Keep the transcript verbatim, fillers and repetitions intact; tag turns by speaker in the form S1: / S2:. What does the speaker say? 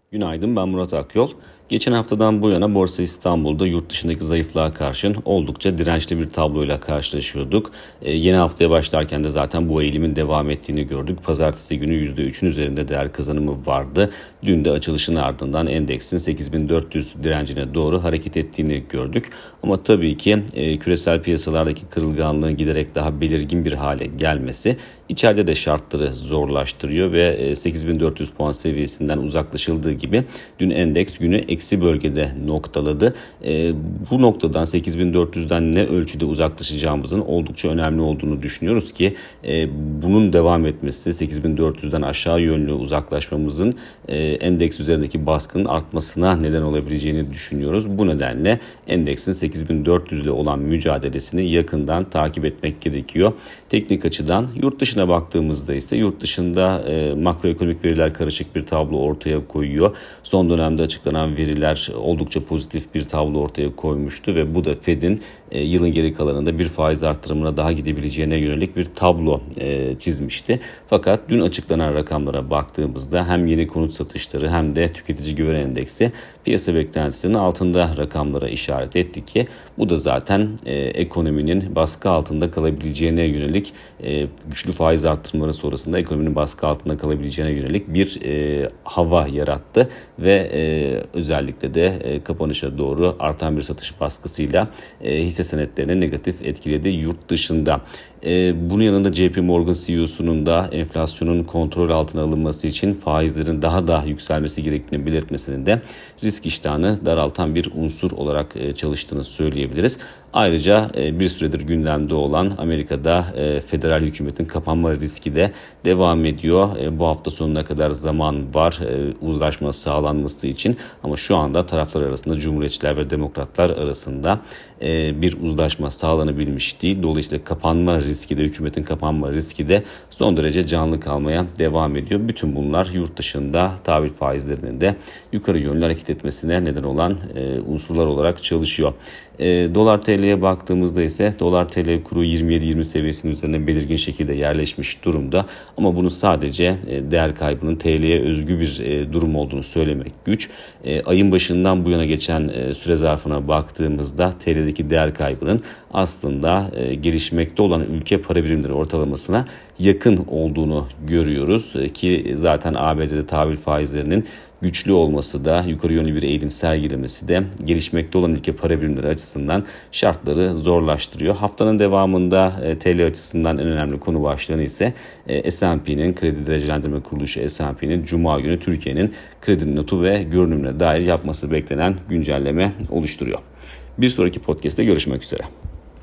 S1: Günaydın, ben Murat Akyol. Geçen haftadan bu yana Borsa İstanbul'da yurt dışındaki zayıflığa karşın oldukça dirençli bir tabloyla karşılaşıyorduk. Ee, yeni haftaya başlarken de zaten bu eğilimin devam ettiğini gördük. Pazartesi günü yüzde üçün üzerinde değer kazanımı vardı. Dün de açılışın ardından endeksin sekiz bin dört yüz direncine doğru hareket ettiğini gördük. Ama tabii ki e, küresel piyasalardaki kırılganlığın giderek daha belirgin bir hale gelmesi içeride de şartları zorlaştırıyor ve sekiz bin dört yüz puan seviyesinden uzaklaşıldığı gibi dün endeks günü eksi bölgede noktaladı. E, bu noktadan sekiz bin dört yüzden ne ölçüde uzaklaşacağımızın oldukça önemli olduğunu düşünüyoruz ki e, bunun devam etmesi, sekiz bin dört yüzden aşağı yönlü uzaklaşmamızın e, endeks üzerindeki baskının artmasına neden olabileceğini düşünüyoruz. Bu nedenle endeksin sekiz bin dört yüz ile olan mücadelesini yakından takip etmek gerekiyor. Teknik açıdan yurt dışına baktığımızda ise yurt dışında e, makroekonomik veriler karışık bir tablo ortaya koyuyor. Son dönemde açıklanan veriler oldukça pozitif bir tablo ortaya koymuştu ve bu da Fed'in e, yılın geri kalanında bir faiz artırımına daha gidebileceğine yönelik bir tablo e, çizmişti. Fakat dün açıklanan rakamlara baktığımızda hem yeni konut satışları hem de tüketici güven endeksi piyasa beklentisinin altında rakamlara işaret etti ki bu da zaten e, ekonominin baskı altında kalabileceğine yönelik e, güçlü faiz artırımları sonrasında ekonominin baskı altında kalabileceğine yönelik bir e, hava yarattı ve e, özellikle de e, kapanışa doğru artan bir satış baskısıyla e, hisse senetlerini negatif etkiledi yurt dışında. E, bunun yanında J P Morgan C E O'sunun da enflasyonun kontrol altına alınması için faizlerin daha da yükselmesi gerektiğini belirtmesinin de risk iştahını daraltan bir unsur olarak e, çalıştığını söyleyebiliriz. Ayrıca e, bir süredir gündemde olan Amerika'da e, federal hükümetin kapanma riski de devam ediyor. E, bu hafta sonuna kadar zaman var e, uzlaşma sağlanması için ama şu anda taraflar arasında Cumhuriyetçiler ve Demokratlar arasında e, bir uzlaşma sağlanabilmiş değil. Dolayısıyla kapanma riski de hükümetin kapanma riski de son derece canlı kalmaya devam ediyor. Bütün bunlar yurt dışında tahvil faizlerinin de yukarı yönlü hareket etmesine neden olan e, unsurlar olarak çalışıyor. E, dolar T L'ye baktığımızda ise dolar T L kuru yirmi yedi yirmi seviyesinin üzerine belirgin şekilde yerleşmiş durumda. Ama bunu sadece e, değer kaybının T L'ye özgü bir e, durum olduğunu söylemek güç. E, ayın başından bu yana geçen e, süre zarfına baktığımızda T L'deki değer kaybının aslında e, gelişmekte olan ülke para birimleri ortalamasına yakın olduğunu görüyoruz. E, ki zaten A B D'de tahvil faizlerinin güçlü olması da yukarı yönlü bir eğilim sergilemesi de gelişmekte olan ülke para birimleri açısından şartları zorlaştırıyor. Haftanın devamında e, T L açısından en önemli konu başlığını ise e, S and P'nin kredi derecelendirme kuruluşu S and P'nin Cuma günü Türkiye'nin kredi notu ve görünümüne dair yapması beklenen güncelleme oluşturuyor. Bir sonraki podcast'te görüşmek üzere.